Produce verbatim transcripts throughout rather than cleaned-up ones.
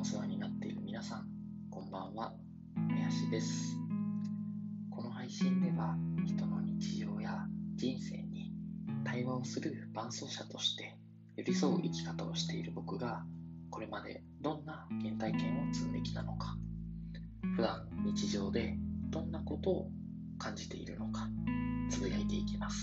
お世話になっている皆さん、こんばんは、林です。この配信では、人の日常や人生に対話をする伴走者として寄り添う生き方をしている僕が、これまでどんな原体験を積んできたのか、普段日常でどんなことを感じているのか、つぶやいていきます。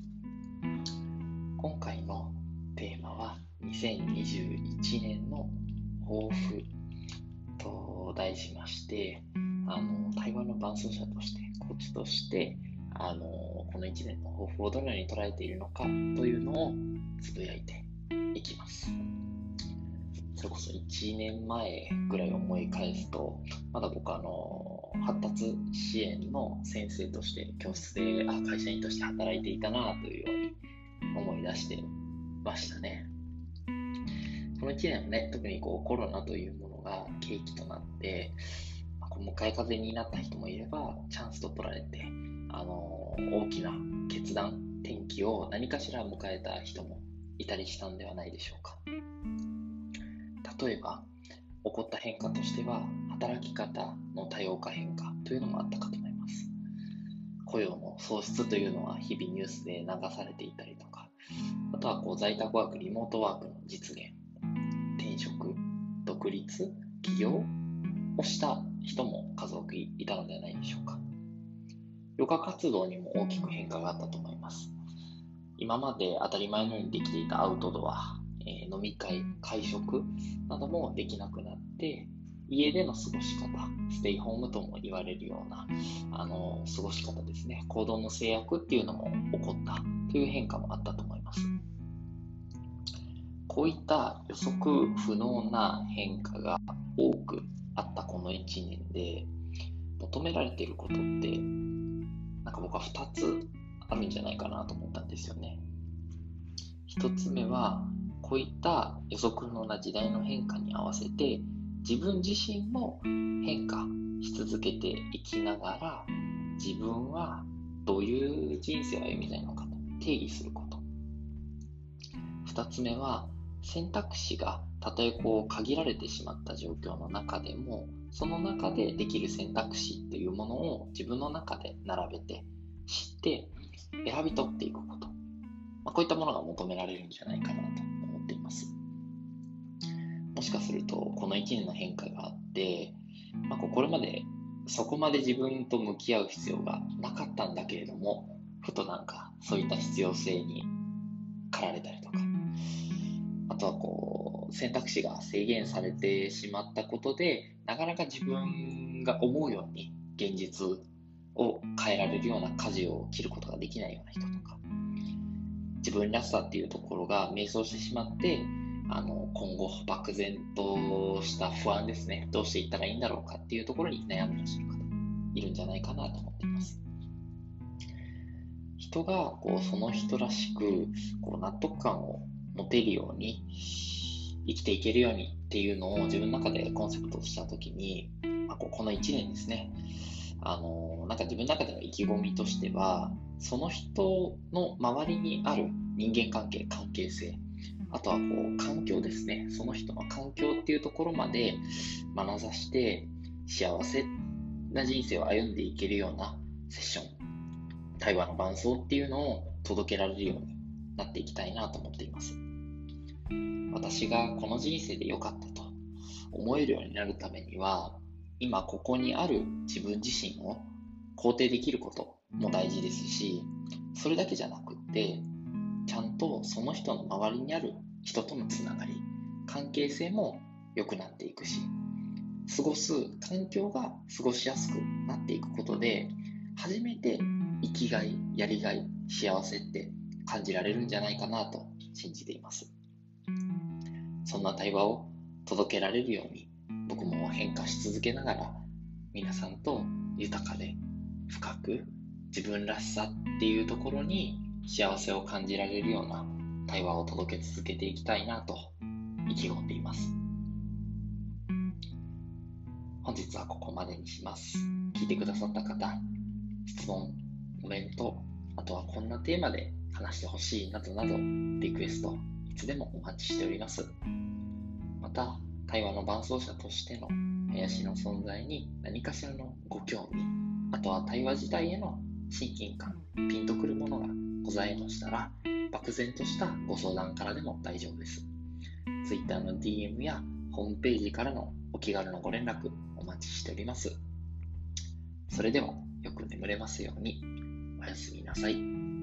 今回のテーマは、にせんにじゅういちねんの抱負と題しまして、あの対話の伴走者として、コーチとしてあのこのいちねんの抱負をどのように捉えているのかというのをつぶやいていきます。それこそいちねんまえぐらい思い返すと、まだ僕はあの発達支援の先生として教室であ会社員として働いていたなというように思い出してましたね。このいちねんはね、特にこうコロナというものが契機となって、まあ、こう向かい風になった人もいれば、チャンスと捉えて、あのー、大きな決断、転機を何かしら迎えた人もいたりしたんではないでしょうか。例えば、起こった変化としては、働き方の多様化変化というのもあったかと思います。雇用の創出というのは日々ニュースで流されていたりとか、あとはこう在宅ワーク、リモートワークの実現、転職、独立、起業をした人も数多くいたのではないでしょうか。ヨガ活動にも大きく変化があったと思います。今まで当たり前のようにできていたアウトドア、えー、飲み会、会食などもできなくなって、家での過ごし方、ステイホームとも言われるようなあの過ごし方ですね、行動の制約っていうのも起こったという変化もあったと思います。こういった予測不能な変化が多くあったこのいちねんで、求められていることってなんか僕はふたつあるんじゃないかなと思ったんですよね。ひとつめは、こういった予測不能な時代の変化に合わせて自分自身も変化し続けていきながら、自分はどういう人生を歩みたいのかと定義すること。ふたつめは、選択肢がたとえこう限られてしまった状況の中でも、その中でできる選択肢というものを自分の中で並べて知って選び取っていくこと、まあ、こういったものが求められるんじゃないかなと思っています。もしかするとこのいちねんの変化があって、まあ、これまでそこまで自分と向き合う必要がなかったんだけれども、ふとなんかそういった必要性に駆られたりとか、あとはこう選択肢が制限されてしまったことで、なかなか自分が思うように現実を変えられるような舵を切ることができないような人とか、自分らしさっていうところが迷走してしまって、あの今後漠然とした不安ですね、どうしていったらいいんだろうかっていうところに悩んでいらっしゃる方いるんじゃないかなと思っています。人がこうその人らしくこう納得感を持てるように生きていけるようにっていうのを自分の中でコンセプトとしたときに、まあ、このいちねんですね、あのなんか自分の中での意気込みとしては、その人の周りにある人間関係、関係性、あとはこう環境ですね、その人の環境っていうところまで眼差して幸せな人生を歩んでいけるようなセッション、対話の伴走っていうのを届けられるようになっていきたいなと思っています。私がこの人生で良かったと思えるようになるためには、今ここにある自分自身を肯定できることも大事ですし、それだけじゃなくってちゃんとその人の周りにある人とのつながり、関係性も良くなっていくし、過ごす環境が過ごしやすくなっていくことで、初めて生きがい、やりがい、幸せって感じられるんじゃないかなと信じています。そんな対話を届けられるように、僕も変化し続けながら、皆さんと豊かで深く自分らしさっていうところに幸せを感じられるような対話を届け続けていきたいなと意気込んでいます。本日はここまでにします。聞いてくださった方、質問、コメント、あとはこんなテーマで話してほしいなどなどリクエストいつでもお待ちしております。また対話の伴走者としての林の存在に何かしらのご興味、あとは対話自体への親近感、ピンとくるものがございましたら、漠然としたご相談からでも大丈夫です。Twitter の ディーエム やホームページからのお気軽なご連絡お待ちしております。それではよく眠れますように。おやすみなさい。